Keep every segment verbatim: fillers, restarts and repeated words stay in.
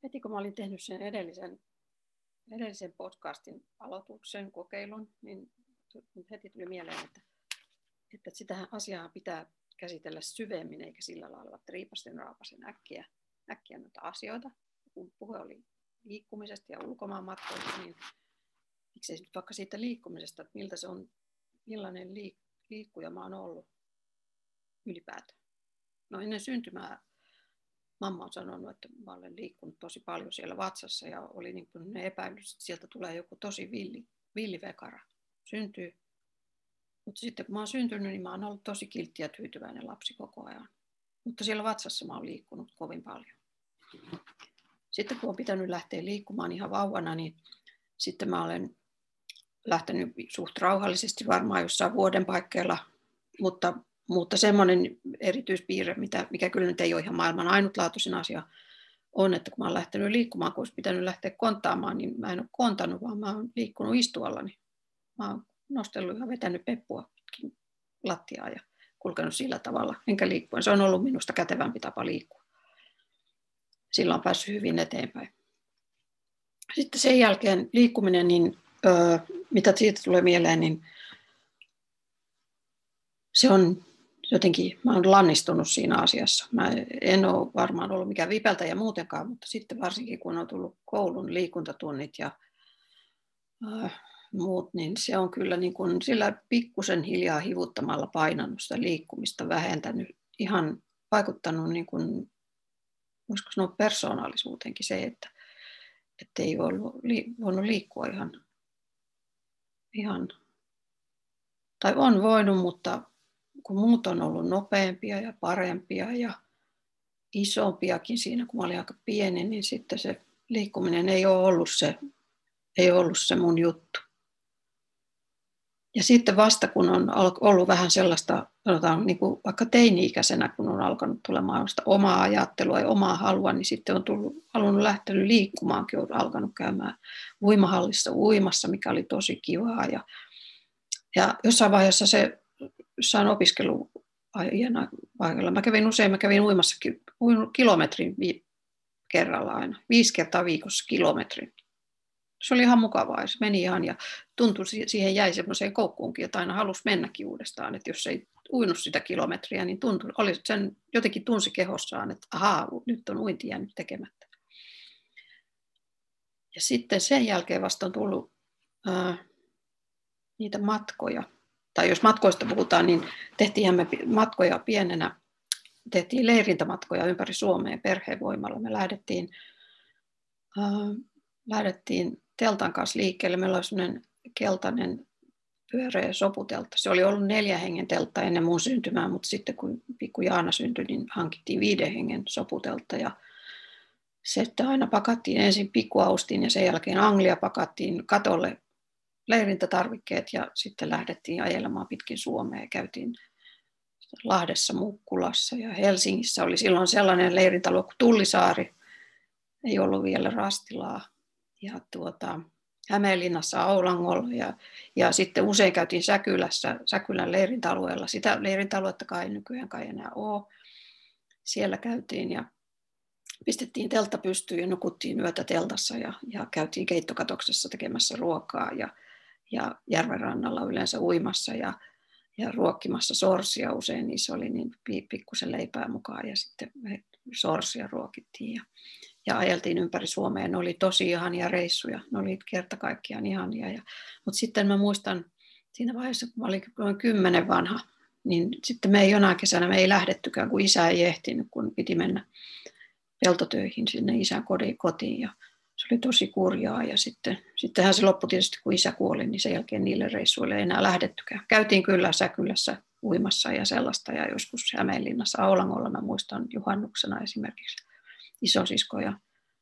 Heti kun mä olin tehnyt sen edellisen, edellisen podcastin aloituksen kokeilun, niin heti tuli mieleen, että, että sitä asiaa pitää käsitellä syvemmin, eikä sillä lailla riipasten raapasen äkkiä, äkkiä noita asioita. Kun puhe oli liikkumisesta ja ulkomaanmatkoista, niin miksei nyt vaikka siitä liikkumisesta, että miltä se on, millainen liik- liikkuja mä oon ollut ylipäätään. No ennen syntymää mamma on sanonut, että mä olen liikkunut tosi paljon siellä vatsassa ja oli niin kuin ne epäilys, että sieltä tulee joku tosi villi, villivekara. Syntyy. Mutta sitten kun mä oon syntynyt, niin mä oon ollut tosi kiltti ja tyytyväinen lapsi koko ajan. Mutta siellä vatsassa mä oon liikkunut kovin paljon. Sitten kun on pitänyt lähteä liikkumaan ihan vauvana, niin sitten mä olen lähtenyt suht rauhallisesti varmaan jossain vuoden paikkeilla, mutta, mutta semmoinen erityispiirre, mitä, mikä kyllä nyt ei ole ihan maailman ainutlaatuisin asia, on, että kun mä olen lähtenyt liikkumaan, kun olisi pitänyt lähteä kontaamaan, niin mä en ole kontannut, vaan mä olen liikkunut istuallani. Mä olen nostellut ja vetänyt peppua lattiaa ja kulkenut sillä tavalla, enkä liikkuen. Se on ollut minusta kätevämpi tapa liikkua. Sillä on päässyt hyvin eteenpäin. Sitten sen jälkeen liikkuminen, niin öö, mitä siitä tulee mieleen, niin se on jotenkin, mä olen lannistunut siinä asiassa. Mä en ole varmaan ollut mikään vipeltäjä muutenkaan, mutta sitten varsinkin kun on tullut koulun liikuntatunnit ja öö, muut, niin se on kyllä niin kuin sillä pikkusen hiljaa hivuttamalla painanut sitä liikkumista, vähentänyt, ihan vaikuttanut niin kuin, voisiko sanoa persoonallisuuteenkin se, että että ei ollut, voinut liikkua ihan, ihan, tai on voinut, mutta kun muut on ollut nopeampia ja parempia ja isompiakin siinä, kun mä olin aika pieni, niin sitten se liikkuminen ei ole ollut se, ei ollut se mun juttu. Ja sitten vasta kun on ollut vähän sellaista, sanotaan niin kuin vaikka teini-ikäisenä, kun on alkanut tulemaan sitä omaa ajattelua ja omaa halua, niin sitten on tullut, halunnut lähtenyt liikkumaankin, on alkanut käymään uimahallissa uimassa, mikä oli tosi kivaa. Ja, ja jossain vaiheessa se, jossain opiskeluajan paikalla, mä kävin usein, mä kävin uimassa kilometrin kerralla aina, viisi kertaa viikossa kilometrin. Se oli ihan mukavaa, se meni ihan ja tuntui, siihen jäi semmoiseen koukkuunkin, että aina halusi mennäkin uudestaan, että jos ei uinut sitä kilometriä, niin tuntui, oli sen jotenkin tunsi kehossaan, että ahaa, nyt on uinti jäänyt tekemättä. Ja sitten sen jälkeen vasta on tullut ää, niitä matkoja, tai jos matkoista puhutaan, niin tehtiinhän me matkoja pienenä, tehtiin leirintämatkoja ympäri Suomea perheen voimalla. Me lähdettiin, ää, lähdettiin teltan kanssa liikkeelle. Meillä oli sellainen keltainen pyöreä soputeltta. Se oli ollut neljä hengen teltta ennen mun syntymää, mutta sitten kun pikku Jaana syntyi, niin hankittiin viiden hengen soputeltta. Ja sitten aina pakattiin ensin pikkuaustiin ja sen jälkeen Anglia pakattiin katolle leirintätarvikkeet ja sitten lähdettiin ajelemaan pitkin Suomea ja käytiin Lahdessa, Mukkulassa ja Helsingissä oli silloin sellainen leirintäalue kuin Tullisaari. Ei ollut vielä Rastilaa. Ja tuota, Hämeenlinnassa, Aulangolla ja, ja sitten usein käytiin Säkylässä, Säkylän leirintäalueella. Sitä leirintäaluettakaan ei nykyään kai enää ole. Siellä käytiin ja pistettiin teltta pystyyn ja nukuttiin yötä teltassa ja, ja käytiin keittokatoksessa tekemässä ruokaa ja, ja järvenrannalla yleensä uimassa ja, ja ruokkimassa sorsia. Usein niissä oli niin pikkusen leipää mukaan ja sitten me sorsia ruokittiin. Ja, Ja ajeltiin ympäri Suomea. Ne oli tosi ihania reissuja. Ne oli kerta kaikkiaan ihania. Ja, mutta sitten mä muistan, siinä vaiheessa, kun mä olin noin kymmenen vanha, niin sitten me ei jonain kesänä me ei lähdettykään, kun isä ei ehtinyt, kun piti mennä peltotöihin sinne isän kotiin. Ja se oli tosi kurjaa. Ja sitten, sittenhän se loppui tietysti, kun isä kuoli, niin sen jälkeen niille reissuille ei enää lähdettykään. Käytiin kyllä Säkylässä uimassa ja sellaista, ja joskus Hämeenlinnassa Aulangolla mä muistan juhannuksena esimerkiksi. Isosisko ja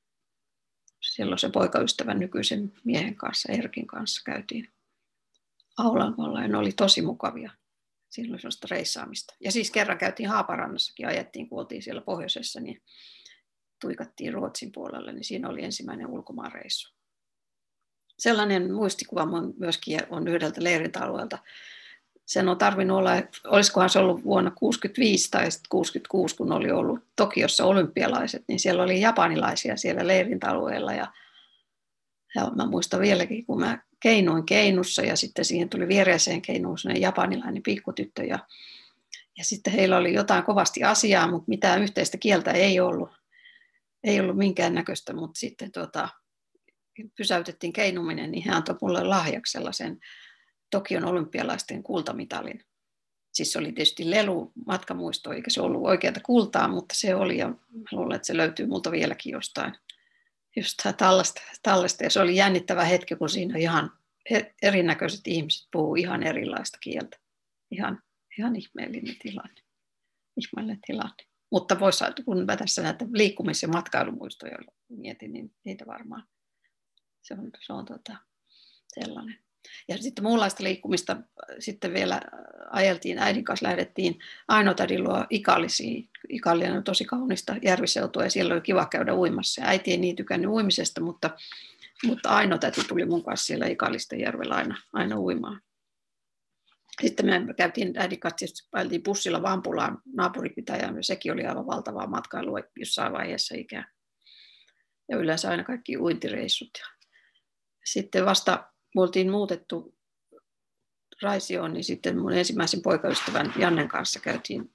silloin se poikaystävän nykyisen miehen kanssa, Erkin kanssa, käytiin Aulangolla ja ne oli tosi mukavia. Siinä oli sellaista reissaamista. Ja siis kerran käytiin Haaparannassakin, ajettiin, kun oltiin siellä pohjoisessa, niin tuikattiin Ruotsin puolelle, niin siinä oli ensimmäinen ulkomaanreissu. Sellainen muistikuva myöskin on yhdeltä leirintäalueelta. sen on tarvinnut olla, olisikohan se ollut vuonna kuusikymmentäviisi tai kuusikymmentäkuusi, kun oli ollut Tokiossa olympialaiset, niin siellä oli japanilaisia siellä leirintäalueella. Ja, ja mä muistan vieläkin, kun mä keinuin keinussa ja sitten siihen tuli viereiseen keinuun sellainen japanilainen pikkutyttö. Ja, ja sitten heillä oli jotain kovasti asiaa, mutta mitään yhteistä kieltä ei ollut. Ei ollut minkäännäköistä, mutta sitten tuota, pysäytettiin keinuminen, niin hän antoi mulle lahjaksi sellaisen Tokion olympialaisten kultamitalin. Siis se oli tietysti lelu matkamuisto, eikä se ollut oikeata kultaa, mutta se oli, ja luulen, että se löytyy multa vieläkin jostain, jostain tallesta, tallesta. Ja se oli jännittävä hetki, kun siinä ihan erinäköiset ihmiset puhuu ihan erilaista kieltä. Ihan, ihan ihmeellinen tilanne. Ihmeellinen tilanne. Mutta voisi, kun mä tässä näitä liikkumis- ja matkailumuistoja mietin, niin niitä varmaan se on, se on tota, sellainen. Ja sitten muunlaista liikkumista sitten vielä ajeltiin, äidin kanssa lähdettiin Aino-tädin luo Ikallisiin. Ikalli on tosi kaunista järviseutua ja siellä oli kiva käydä uimassa. Ja äiti ei niin tykännyt uimisesta, mutta, mutta Aino-täti tuli mun kanssa siellä Ikallisten järvellä aina, aina uimaan. Sitten me käytiin äidin kanssa, ajeltiin bussilla Vampulaan naapuripitäjään ja sekin oli aivan valtavaa matkailua jossain vaiheessa ikään. Ja yleensä aina kaikki uintireissut. Sitten vasta me oltiin muutettu Raisioon, niin sitten mun ensimmäisen poikaystävän Jannen kanssa käytiin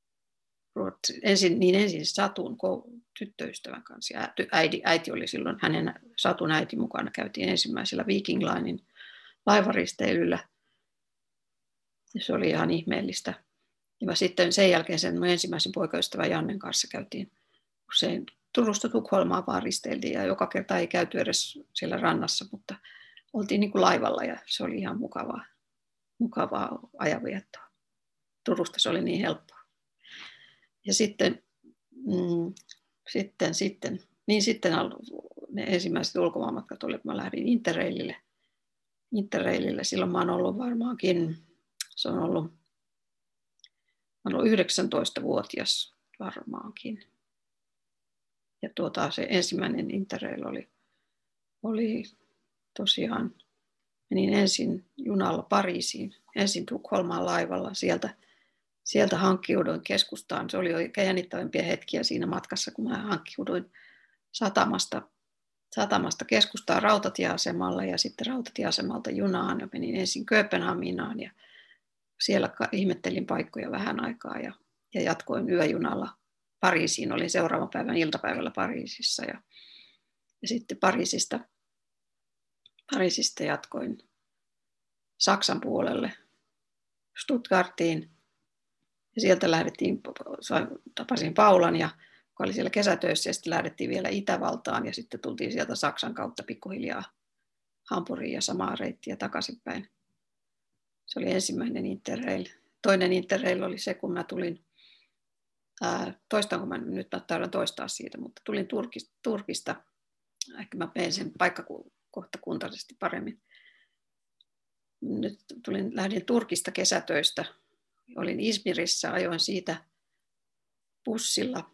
ensin, niin ensin Satun tyttöystävän kanssa. Ja äiti, äiti oli silloin, hänen Satun äiti mukana käytiin ensimmäisellä Viking Linein laivaristeilyllä. Ja se oli ihan ihmeellistä. Ja sitten sen jälkeen sen mun ensimmäisen poikaystävän Jannen kanssa käytiin usein Turusta Tukholmaan vaan risteiltiin ja joka kerta ei käyty edes siellä rannassa, mutta oltiin niin kuin laivalla ja se oli ihan mukavaa, mukavaa ajanviettoa. Turusta se oli niin helppoa. Ja sitten, mm, sitten, sitten, niin sitten ne ensimmäiset ulkomaanmatkat oli, kun mä lähdin Interrailille. Interrailille. Silloin mä oon ollut varmaankin, se on ollut, mä oon ollut yhdeksäntoistavuotias varmaankin. Ja tuota, se ensimmäinen Interrail oli, oli tosiaan, menin ensin junalla Pariisiin, ensin Tukholmaan laivalla, sieltä, sieltä hankkiuduin keskustaan. Se oli oikein jännittävämpiä hetkiä siinä matkassa, kun mä hankkiuduin satamasta, satamasta keskustaan rautatieasemalle ja sitten rautatieasemalta junaan ja menin ensin Kööpenhaminaan ja siellä ihmettelin paikkoja vähän aikaa ja, ja jatkoin yöjunalla Pariisiin. Olin seuraavan päivän iltapäivällä Pariisissa ja, ja sitten Pariisista Pariisista jatkoin Saksan puolelle Stuttgartiin ja sieltä lähdettiin, tapasin Paulan, ja, joka oli siellä kesätöissä ja sitten lähdettiin vielä Itävaltaan ja sitten tultiin sieltä Saksan kautta pikkuhiljaa Hampuriin ja samaa reittiä takaisinpäin. Se oli ensimmäinen Interrail. Toinen Interrail oli se, kun mä tulin, ää, toistanko mä nyt, mä taidan toistaa siitä, mutta tulin Turkista, Turkista ehkä mä menen sen paikkakohtakuntaisesti paremmin. Nyt tulin, lähdin Turkista kesätöistä. Olin Izmirissä, ajoin siitä bussilla,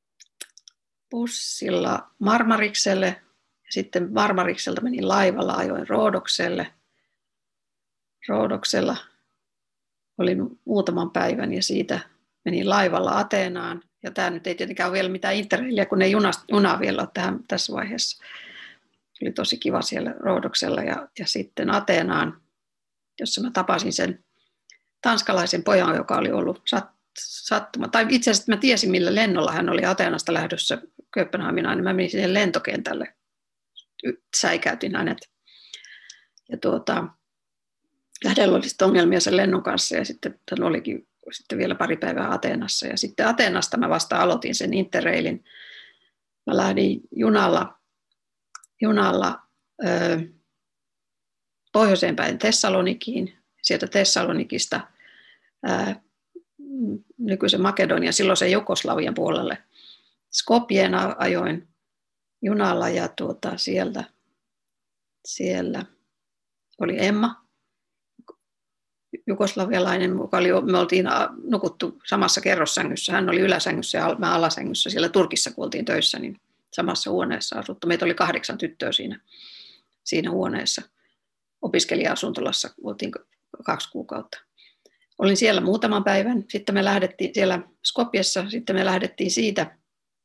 bussilla Marmarikselle. Ja sitten Marmarikselta menin laivalla, ajoin Roodokselle. Roodoksella olin muutaman päivän ja siitä menin laivalla Ateenaan. Ja tämä nyt ei tietenkään ole vielä mitään Interrailia, kun ei junasta, junaa vielä ole tähän, tässä vaiheessa. Oli tosi kiva siellä Roodoksella ja, ja sitten Ateenaan, jossa mä tapasin sen tanskalaisen pojan, joka oli ollut sat, sattuma. Tai itse asiassa mä tiesin, millä lennolla hän oli Ateenasta lähdössä Kööpenhaminaan, niin mä menin siihen lentokentälle. Säikäytin hänet. Ja tuota, lähdellä oli sitten ongelmia sen lennon kanssa ja sitten hän olikin sitten vielä pari päivää Ateenassa. Ja sitten Ateenasta mä vasta aloitin sen Interrailin. Mä lähdin junalla, junalla ö, pohjoiseen päin Tessalonikiin. Sieltä Tessalonikista ää, nykyisen Makedonian, silloisen Jugoslavian puolelle Skopjeen ajoin junalla ja tuota, siellä, siellä oli Emma, jugoslavialainen, joka oli, me oltiin nukuttu samassa kerrossängyssä. Hän oli yläsängyssä ja mä alasängyssä siellä Turkissa, kun oltiin töissä, niin samassa huoneessa asuttu. Meitä oli kahdeksan tyttöä siinä, siinä huoneessa. Opiskelija-asuntolassa oltiin kaksi kuukautta. Olin siellä muutaman päivän. Sitten me lähdettiin siellä Skopjessa. Sitten me lähdettiin siitä,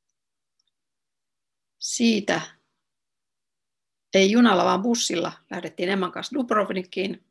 siitä ei junalla, vaan bussilla. Lähdettiin Emman kanssa Dubrovnikiin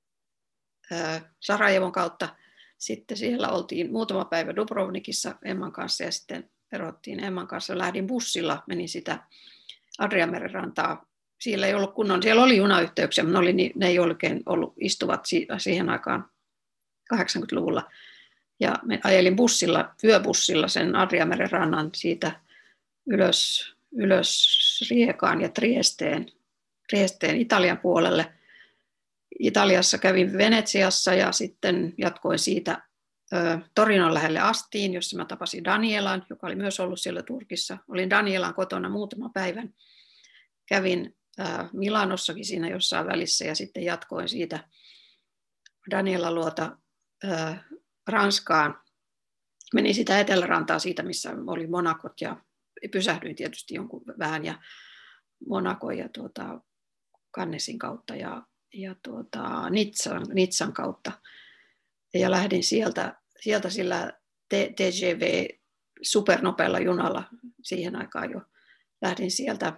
Sarajevon kautta. Sitten siellä oltiin muutama päivä Dubrovnikissa Emman kanssa ja sitten erottiin Emman kanssa. Lähdin bussilla, menin sitä Adriameren rantaa. Siellä ei ollut kunnon, siellä oli junayhteyksiä, mutta ne, oli, ne ei oikein ollut istuvat siihen aikaan kahdeksankymmentäluvulla. Ja me ajelin bussilla, yöbussilla sen Adriameren rannan siitä ylös, ylös Riekaan ja Triesteen, Triesteen Italian puolelle. Italiassa kävin Venetsiassa ja sitten jatkoin siitä ö, Torinon lähelle Astiin, jossa mä tapasin Danielan, joka oli myös ollut siellä Turkissa. Olin Danielan kotona muutaman päivän. Kävin ö, Milanossakin siinä jossain välissä ja sitten jatkoin siitä Danielan luota ö, Ranskaan. Menin sitä etelärantaa siitä, missä oli Monakot ja pysähdyin tietysti jonkun vähän ja Monaco ja tuota, Cannesin kautta ja ja tuota, Nitsan, Nitsan kautta. Ja lähdin sieltä, sieltä sillä T G V supernopealla junalla siihen aikaan jo. Lähdin sieltä,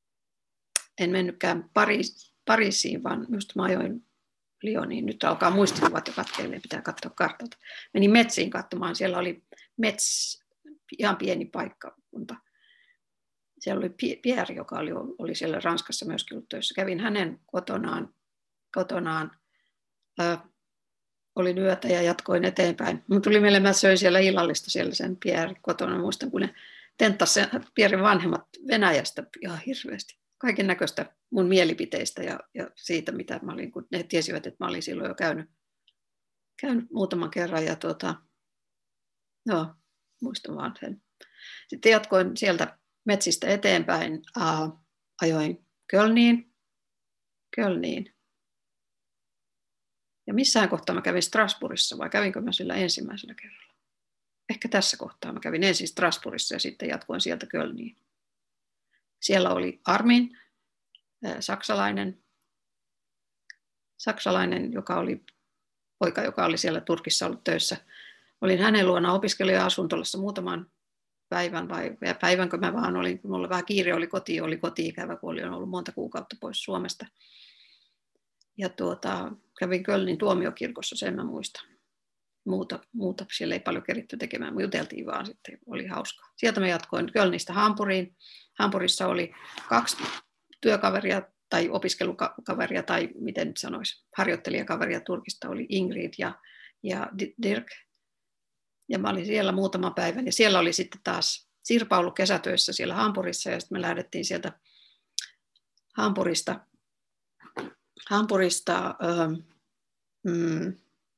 en mennytkään Pariis, Pariisiin, vaan just mä ajoin Lyoniin. Nyt alkaa muistikuvat jo katkeille, pitää katsoa kartalta. Menin Metsiin katsomaan, siellä oli Mets, ihan pieni paikkakunta. Siellä oli Pierre, joka oli, oli siellä Ranskassa myöskin ollut töissä. Kävin hänen kotonaan. kotonaan. Ö, olin yötä ja jatkoin eteenpäin. Mun tuli mieleen, mä söin siellä illallista siellä sen Pierre kotona. Muistan, kun ne tenttasi Pierren vanhemmat Venäjästä ihan hirveästi. Kaiken näköistä mun mielipiteistä ja, ja siitä, mitä mä olin, kun ne tiesivät, että mä olin silloin jo käynyt, käynyt muutaman kerran. Ja tuota, joo, muistan vaan sen. Sitten jatkoin sieltä Metsistä eteenpäin. Äh, ajoin Kölniin. Kölniin. Ja missään kohtaa mä kävin Strasbourgissa, vai kävinkö mä sillä ensimmäisellä kerralla? Ehkä tässä kohtaa mä kävin ensin Strasbourgissa ja sitten jatkoin sieltä Kölniin. Siellä oli Armin, saksalainen, saksalainen joka oli, poika, joka oli siellä Turkissa ollut töissä. Olin hänen luona opiskelija-asuntolassa muutaman päivän, vai päivänkö mä vaan olin, kun mulla vähän kiire oli kotiin, oli koti-ikävä, kun olin ollut monta kuukautta pois Suomesta. Ja tuota, kävin Kölnin tuomiokirkossa, sen mä muistan. Muuta, muuta siellä ei paljon keritty tekemään, me juteltiin vaan sitten, oli hauskaa. Sieltä mä jatkoin Kölnistä Hampuriin. Hampurissa oli kaksi työkaveria tai opiskelukaveria tai miten nyt sanoisi, harjoittelijakaveria Turkista oli Ingrid ja, ja Dirk. Ja mä olin siellä muutaman päivän ja siellä oli sitten taas Sirpa ollut kesätöissä siellä Hampurissa ja sitten me lähdettiin sieltä Hampurista Hampurista öö, mm,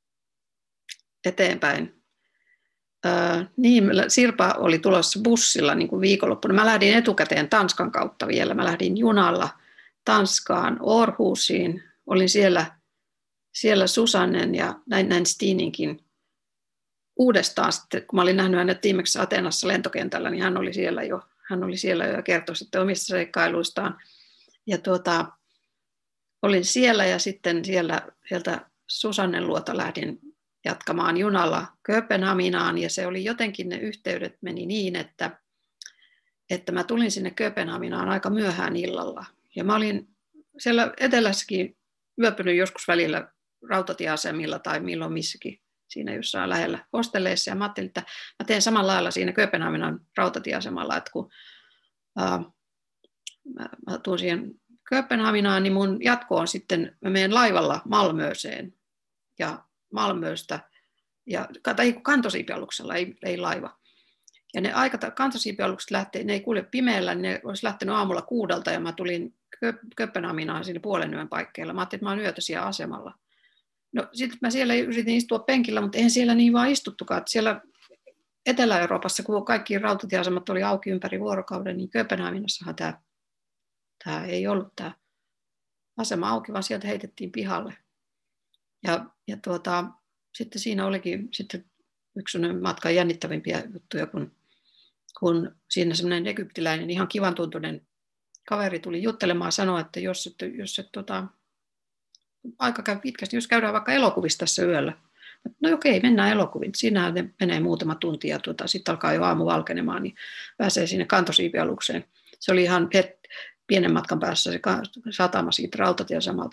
eteenpäin. Öö, niin, Sirpa oli tulossa bussilla niin kuin viikonloppuna. Mä lähdin etukäteen Tanskan kautta vielä. Mä lähdin junalla Tanskaan, Århusiin. Olin siellä, siellä Susannen ja näin, näin Stininkin uudestaan. Sitten, kun mä olin nähnyt hänet viimeksi Ateenassa lentokentällä, niin hän oli siellä jo, hän oli siellä jo ja kertoi sitten omista seikkailuistaan. Ja tuota, olin siellä ja sitten siellä, sieltä Susannen luota lähdin jatkamaan junalla Kööpenhaminaan ja se oli jotenkin ne yhteydet meni niin, että, että mä tulin sinne Kööpenhaminaan aika myöhään illalla. Ja mä olin siellä etelässäkin yöpynyt joskus välillä rautatieasemilla tai milloin missäkin siinä jossain lähellä hostelleissa ja mä ajattelin, että mä teen samalla lailla siinä Kööpenhaminan rautatieasemalla, että kun ää, mä, mä tuun siihen Kööpenhaminaan, niin mun jatko on sitten, mä menen laivalla Malmööseen ja Malmööstä, ja, tai kantosiipialuksella, ei, ei laiva. Ja ne aikata, kantosiipialukset lähtee, ne ei kulje pimeällä, niin ne olisi lähtenyt aamulla kuudelta ja mä tulin Kööpenhaminaan sinne puolen yön paikkeilla. Mä ajattelin, että mä oon yötä siellä asemalla. No sitten mä siellä yritin istua penkillä, mutta eihän siellä niin vaan istuttukaan. Siellä Etelä-Euroopassa, kun kaikki rautatieasemat oli auki ympäri vuorokauden, niin Kööpenhaminassahan tämä Tämä ei ollut tämä asema auki, vaan sieltä heitettiin pihalle. Ja, ja tuota, sitten siinä olikin sitten yksi matkan jännittävimpiä juttuja, kun, kun siinä semmoinen egyptiläinen, ihan kivan tuntuinen kaveri tuli juttelemaan ja sanoi, että jos, et, jos et, tota, aika käy pitkästi, jos käydään vaikka elokuvissa tässä yöllä. No okei, mennään elokuviin. Siinä ne menee muutama tunti ja tuota, sitten alkaa jo aamu valkenemaan, niin pääsee sinne kantosiipialukseen. Se oli ihan pienen matkan päässä se satama siitä rautatiesamalta.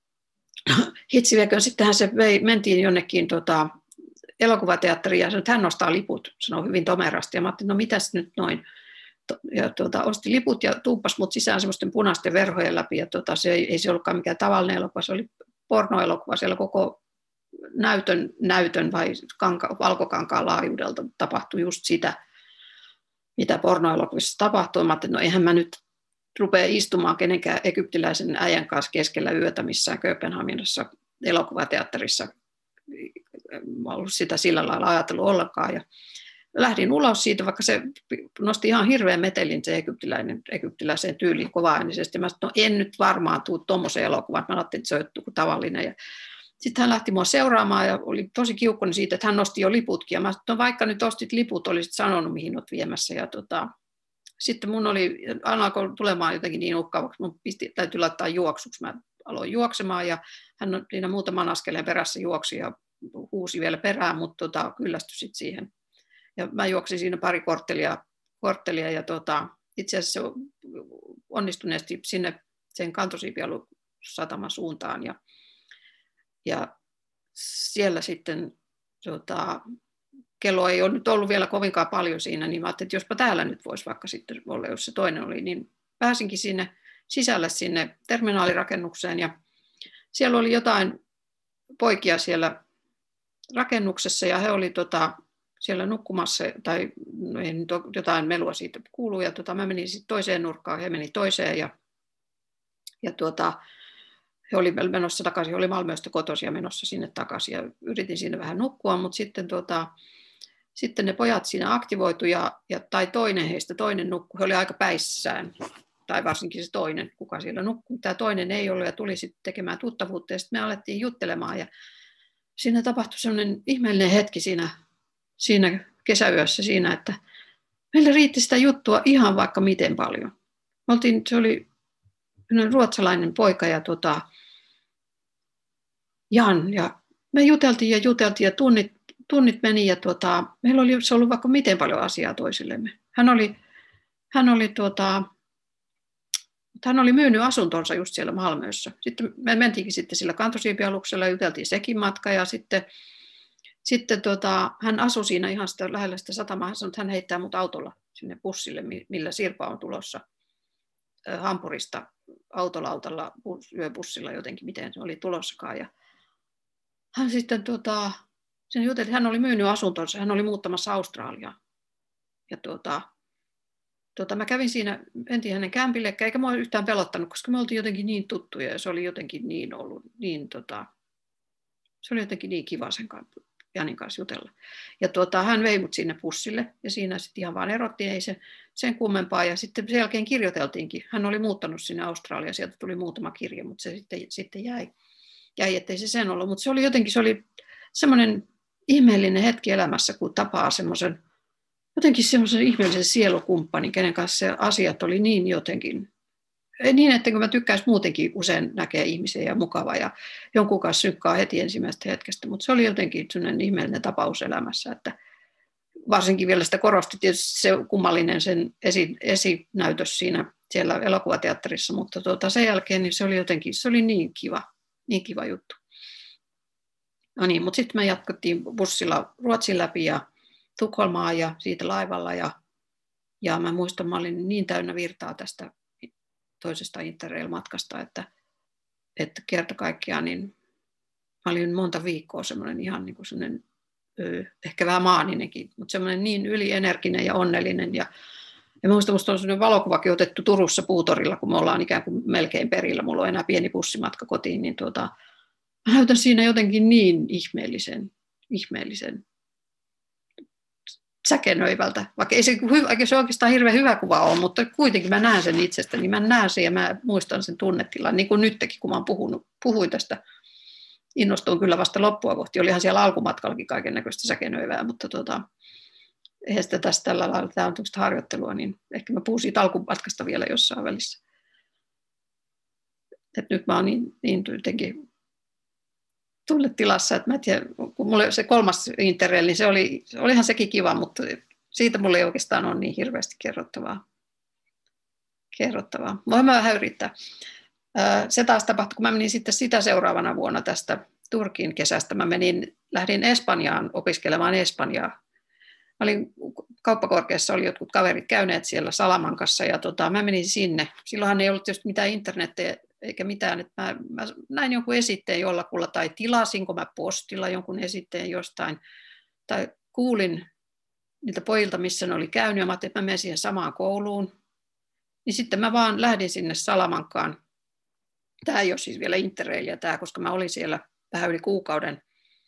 Hitsi vieköön, sittenhän se vei, mentiin jonnekin tota, elokuvateatteriin ja sanoi, että hän nostaa liput, sanoi hyvin tomerasti. Ja mä ajattelin, no mitäs nyt noin. Ja tuota, osti liput ja tuuppas mut sisään semmoisten punaisten verhojen läpi. Ja tuota, se ei, ei se ollutkaan mikään tavallinen elokuva, se oli pornoelokuva. Siellä koko näytön, näytön vai kanka, valkokankaan laajuudelta tapahtui just sitä, mitä pornoelokuvissa tapahtui. Mä ajattelin, no eihän mä nyt rupea istumaan kenenkään egyptiläisen äijän kanssa keskellä yötä missään Kööpenhaminassa elokuvateatterissa. Mä ollut sitä sillä lailla ajatellut ollenkaan. Ja lähdin ulos siitä, vaikka se nosti ihan hirveän metelin se egyptiläinen, egyptiläiseen tyyliin kovaäänisesti. Mä sanoin, no en nyt varmaan tule tuommoiseen elokuvaan. Mä ajattelin, että se on joku tavallinen. Ja sitten hän lähti mua seuraamaan ja oli tosi kiukkuinen siitä, että hän nosti jo liputkin. Ja mä sanoin, no vaikka nyt ostit liput, olisit sanonut, mihin olet viemässä. Ja tota, sitten mun oli, aina alkoi tulemaan jotenkin niin uhkaavaksi, mun pisti, täytyy laittaa juoksuksi. Mä aloin juoksemaan ja hän siinä muutaman askeleen perässä juoksi ja huusi vielä perään, mutta tota, kyllästyi sitten siihen. Ja mä juoksin siinä pari korttelia, korttelia ja tota, itse asiassa onnistuneesti sinne sen kantosiipialun sataman suuntaan. Ja, ja siellä sitten tota, kello ei ole nyt ollut vielä kovinkaan paljon siinä, niin mä ajattelin, että jospa täällä nyt voisi vaikka sitten olla, jos se toinen oli, niin pääsinkin sinne sisälle sinne terminaalirakennukseen ja siellä oli jotain poikia siellä rakennuksessa ja he oli tota, siellä nukkumassa tai no ei nyt jotain melua siitä kuuluu ja tota, mä menin sitten toiseen nurkkaan, he meni toiseen ja, ja tuota, he oli menossa takaisin, he oli Malmöstä kotoisin ja menossa sinne takaisin ja yritin siinä vähän nukkua, mutta sitten, tuota, sitten ne pojat siinä aktivoitu ja, ja tai toinen heistä, toinen nukkui, he oli aika päissään, tai varsinkin se toinen, kuka siellä nukkui, tämä toinen ei ollut ja tuli sitten tekemään tuttavuutta ja sitten me alettiin juttelemaan ja siinä tapahtui sellainen ihmeellinen hetki siinä, siinä kesäyössä siinä, että meillä riitti sitä juttua ihan vaikka miten paljon. Me oltiin, se oli ruotsalainen poika ja tota, Jan ja me juteltiin ja juteltiin ja tunnit, tunnit meni ja tota, meillä oli ollut vaikka miten paljon asiaa toisillemme. Hän oli, hän oli, tuota, hän oli myynyt asuntonsa just siellä Malmössä. Sitten me mentiinkin sitten sillä kantosiipialuksella ja juteltiin sekin matka ja sitten, sitten tota, hän asui siinä ihan sitä, lähellä sitä satamaa. Hän sanoi, että hän heittää mut autolla sinne bussille, millä Sirpa on tulossa Hampurista autolautalla, yöbussilla jotenkin, miten se oli tulossakaan. Ja hän sitten tota, sen juteli, hän oli myynyt asuntonsa, hän oli muuttamassa Australiaan. Ja tuota, tuota, mä kävin siinä, mentiin hänen kämpille, eikä mua yhtään pelottanut, koska me oltiin jotenkin niin tuttuja ja se oli jotenkin niin ollut, niin tota, se oli jotenkin niin kiva sen kanssa, Janin kanssa jutella. Ja tuota, hän vei mut sinne bussille ja siinä sitten ihan vaan erottiin, ei se sen kummempaa. Ja sitten sen jälkeen kirjoiteltiinkin. Hän oli muuttanut sinne Australiaan, sieltä tuli muutama kirja, mutta se sitten, sitten jäi, jäi, ettei se sen ollut. Mutta se oli jotenkin, se oli semmoinen ihmeellinen hetki elämässä, kun tapaa semmoisen, jotenkin semmoisen ihmeellisen sielukumppanin, kenen kanssa se asiat oli niin jotenkin, niin, että kun mä tykkäisin muutenkin usein näkee ihmisiä ja mukava ja jonkun kanssa synkkaa heti ensimmäisestä hetkestä, mutta se oli jotenkin sellainen ihmeellinen tapaus elämässä, että varsinkin vielä sitä korosti tietysti se kummallinen sen esi, esinäytös siinä siellä elokuvateatterissa, mutta tuota, sen jälkeen niin se oli jotenkin, se oli niin kiva, niin kiva juttu. No niin, mutta sitten me jatkettiin bussilla Ruotsin läpi ja Tukholmaan ja siitä laivalla ja, ja mä muistan, mä olin niin täynnä virtaa tästä toisesta Interrail-matkasta, että, että kerta kaikkiaan niin mä olin monta viikkoa semmoinen ihan niin kuin semmoinen, ehkä vähän maaninenkin, mutta semmoinen niin ylienerginen ja onnellinen. Ja, ja mä muistan, musta on semmoinen valokuvakin otettu Turussa Puutorilla, kun me ollaan ikään kuin melkein perillä, mulla on enää pieni bussimatka kotiin, niin tuota, mä näytän siinä jotenkin niin ihmeellisen, ihmeellisen säkenöivältä, vaikka ei se, vaikka se oikeastaan hirveän hyvä kuva ole, mutta kuitenkin mä näen sen itsestäni, mä näen sen ja mä muistan sen tunnetilan, niin kuin nytkin, kun mä oon puhunut, puhuin tästä, innostuin kyllä vasta loppua kohti, olihan siellä alkumatkallakin kaiken näköistä säkenöivää, mutta tuota, eihän sitä tässä tällä lailla, tämä on tämmöistä harjoittelua, niin ehkä mä puhun siitä alkumatkasta vielä jossain välissä. Et nyt mä oon niin, niin jotenkin tunnetilassa, että mä en tiedä, kun mulla se kolmas Interrail, niin se oli, olihan sekin kiva, mutta siitä mulla ei oikeastaan ole niin hirveästi kerrottavaa. kerrottavaa. Voin mä vähän yrittää. Se taas tapahtui, kun mä menin sitten sitä seuraavana vuonna tästä Turkin kesästä. Mä menin, lähdin Espanjaan opiskelemaan Espanjaa. Mä olin kauppakorkeassa, oli jotkut kaverit käyneet siellä Salamankassa ja tota, mä menin sinne. Silloinhan ei ollut tietysti mitään internetiä eikä mitään. Että mä, mä näin jonkun esitteen jollakulla tai tilasinko mä postilla jonkun esitteen jostain. Tai kuulin niiltä pojilta, missä ne oli käynyt ja mä ajattelin, että mä menen siihen samaan kouluun. Niin sitten mä vaan lähdin sinne Salamankaan. Tämä ei ole siis vielä Interrailia tämä, koska mä olin siellä vähän yli kuukauden.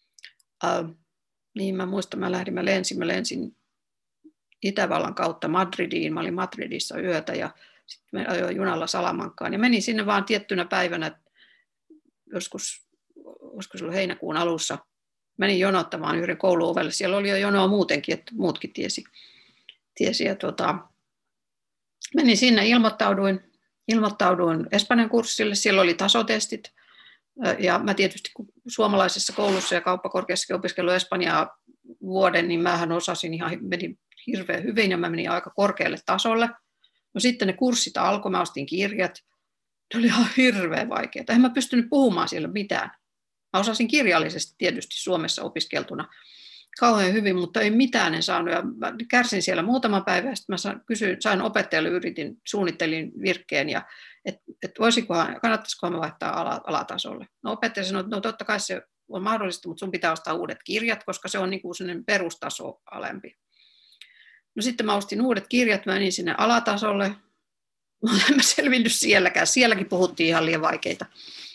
Uh, niin mä muistan, mä lähdin, mä lensin, mä lensin Itävallan kautta Madridiin. Mä olin Madridissa yötä ja sitten mä ajoin junalla Salamankaan. Ja menin sinne vaan tiettynä päivänä, joskus, olisiko se ollut heinäkuun alussa, menin jonottamaan yhden koulun ovelle. Siellä oli jo jonoa muutenkin, että muutkin tiesi. tiesi ja tuota, menin sinne, ilmoittauduin, ilmoittauduin Espanjan kurssille, siellä oli tasotestit. Ja mä tietysti kun suomalaisessa koulussa ja kauppakorkeassakin opiskellut Espanjaa vuoden, niin mähän osasin ihan, menin hirveän hyvin ja mä menin aika korkealle tasolle. No sitten ne kurssit alkoi, mä ostin kirjat. Ne oli ihan hirveän vaikeaa. En mä pystynyt puhumaan siellä mitään. Mä osasin kirjallisesti tietysti Suomessa opiskeltuna kauhean hyvin, mutta ei mitään en saanut. Ja mä kärsin siellä muutaman päivän ja sitten mä kysyin, sain opettajalle, yritin, suunnittelin virkkeen, ja että et voisikohan, kannattaisikohan mä vaihtaa ala, alatasolle. No opettaja sanoi, että no totta kai se on mahdollista, mutta sun pitää ostaa uudet kirjat, koska se on niin kuin sellainen perustaso alempi. No sitten mä ostin uudet kirjat, mä menin sinne alatasolle, mutta en mä selvinnyt sielläkään. Sielläkin puhuttiin ihan liian vaikeita.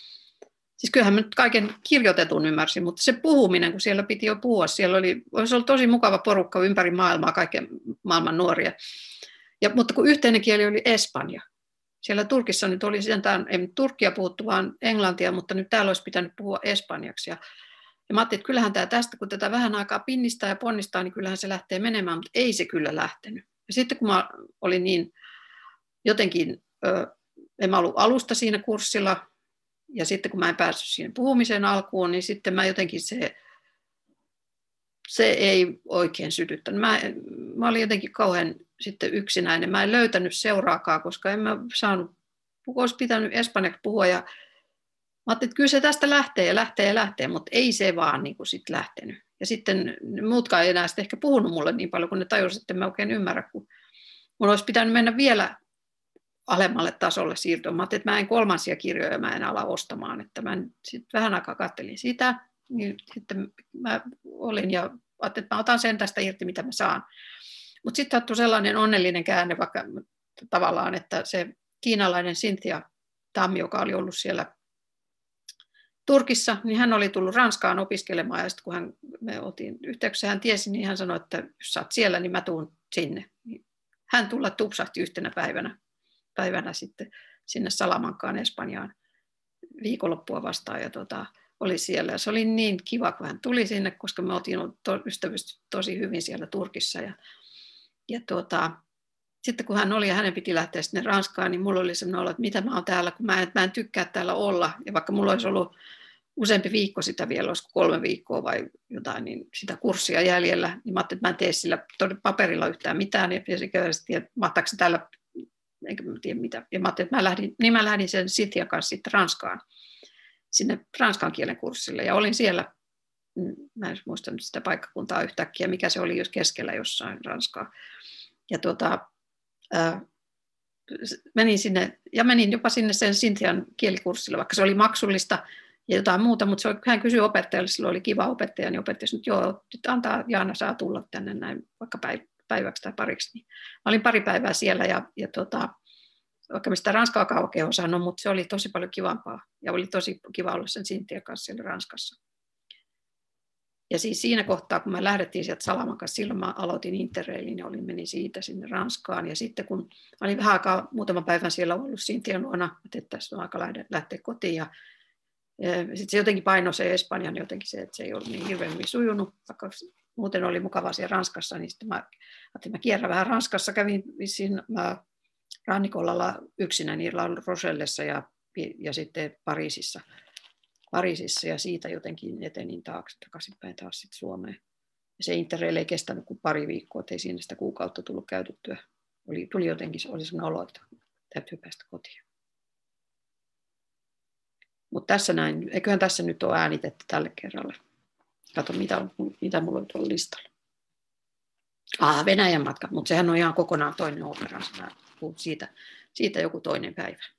Siis kyllähän mä nyt kaiken kirjoitetun ymmärsin, mutta se puhuminen, kun siellä piti jo puhua, siellä oli, olisi ollut tosi mukava porukka ympäri maailmaa, kaiken maailman nuoria. Ja, mutta kun yhteinen kieli oli espanja. Siellä Turkissa nyt oli sentään, ei turkkia puhuttu, vaan englantia, mutta nyt täällä olisi pitänyt puhua espanjaksi. Ja, ja mä ajattelin, että kyllähän tämä tästä, kun tätä vähän aikaa pinnistää ja ponnistaa, niin kyllähän se lähtee menemään, mutta ei se kyllä lähtenyt. Ja sitten kun mä olin niin jotenkin, ö, en mä ollut alusta siinä kurssilla, ja sitten kun mä en päässyt siihen puhumiseen alkuun, niin sitten mä jotenkin se, se ei oikein sytyttänyt. Mä, mä olin jotenkin kauhean sitten yksinäinen. Mä en löytänyt seuraakaan, koska en mä saanut, olisi pitänyt espanjaksi puhua. Ja mä ajattelin, että kyllä se tästä lähtee ja lähtee ja lähtee, mutta ei se vaan niin kuin sit lähtenyt. Ja sitten muutkaan ei enää sitten ehkä puhunut mulle niin paljon, kun ne tajusivat, että mä oikein ymmärrä, kun mun olisi pitänyt mennä vielä alemmalle tasolle siirtyä. Mä ajattelin, että mä en kolmansia kirjoja mä en ala ostamaan. Että mä sitten vähän aikaa katselin sitä, niin sitten mä olin ja ajattelin, että mä otan sen tästä irti, mitä mä saan. Mutta sitten sattui sellainen onnellinen käänne vaikka tavallaan, että se kiinalainen Cynthia Tammi, joka oli ollut siellä Turkissa, niin hän oli tullut Ranskaan opiskelemaan, ja sitten kun hän, me oltiin yhteyksissä, hän tiesi, niin hän sanoi, että jos sä oot siellä, niin mä tuun sinne. Hän tulla tupsahti yhtenä päivänä, päivänä sitten sinne Salamankaan Espanjaan viikonloppua vastaan, ja tota, oli siellä. Ja se oli niin kiva, kun hän tuli sinne, koska me oltiin to, ystävystyneet tosi hyvin siellä Turkissa. Ja, ja tuota, sitten kun hän oli ja hänen piti lähteä sinne Ranskaan, niin mulla oli sellainen olo, että mitä mä oon täällä, kun mä en, mä en tykkää täällä olla. Ja vaikka mulla olisi ollut useampi viikko sitä vielä, olisiko kolme viikkoa vai jotain, niin sitä kurssia jäljellä, niin mä ajattelin, että mä en tee sillä paperilla yhtään mitään. Ja sitten mahtaako se täällä, enkä mä tiedä mitä. Ja mä ajattelin, että mä lähdin, niin mä lähdin sen Sithian kanssa sitten Ranskaan, sinne ranskan kielen kurssille. Ja olin siellä, mä en muista nyt sitä paikkakuntaa yhtäkkiä, mikä se oli jos keskellä jossain Ranskaa. Ja tuota, ää, menin sinne, ja menin jopa sinne sen Cynthian kielikurssille, vaikka se oli maksullista ja jotain muuta, mutta se oli, hän kysyi opettajalle, sillä oli kiva opettaja, niin opettaja sanoi, että joo, nyt antaa Jaana, saa tulla tänne näin vaikka päiväksi tai pariksi. Niin mä olin pari päivää siellä, ja, ja tuota, vaikka mistä ranskaakaan oikein osannut, mutta se oli tosi paljon kivampaa, ja oli tosi kiva olla sen Cynthian kanssa siellä Ranskassa. Ja siis siinä kohtaa, kun me lähdettiin sieltä Salamankasta, silloin mä aloitin Interrailin ja olin, menin siitä sinne Ranskaan. Ja sitten kun olin vähän aikaa, muutaman päivän siellä ollut Cynthian luona, että tässä on aika lähteä kotiin. Ja, ja sitten se jotenkin painoi se Espanjan jotenkin se, että se ei ollut niin hirveän hyvin sujunut, vaikka muuten oli mukavaa siellä Ranskassa. Niin sitten mä ajattelin, mä kierrän vähän Ranskassa, kävin vissiin mä rannikolla yksinäni La Rochellessa ja, ja sitten Pariisissa Pariisissa ja siitä jotenkin etenin taakse takaisinpäin taas sitten Suomeen. Ja se Interrail ei kestänyt kuin pari viikkoa, ettei siinä sitä kuukautta tullut käytettyä. Oli, tuli jotenkin, oli sellainen olo, että täytyy päästä kotiin. Mutta tässä näin, eiköhän tässä nyt ole äänitetty tälle kerralle. Kato, mitä, mitä mulla on tuolla listalla. Ah, Venäjän matka, mutta sehän on ihan kokonaan toinen opera. Mä puhun siitä, siitä joku toinen päivä.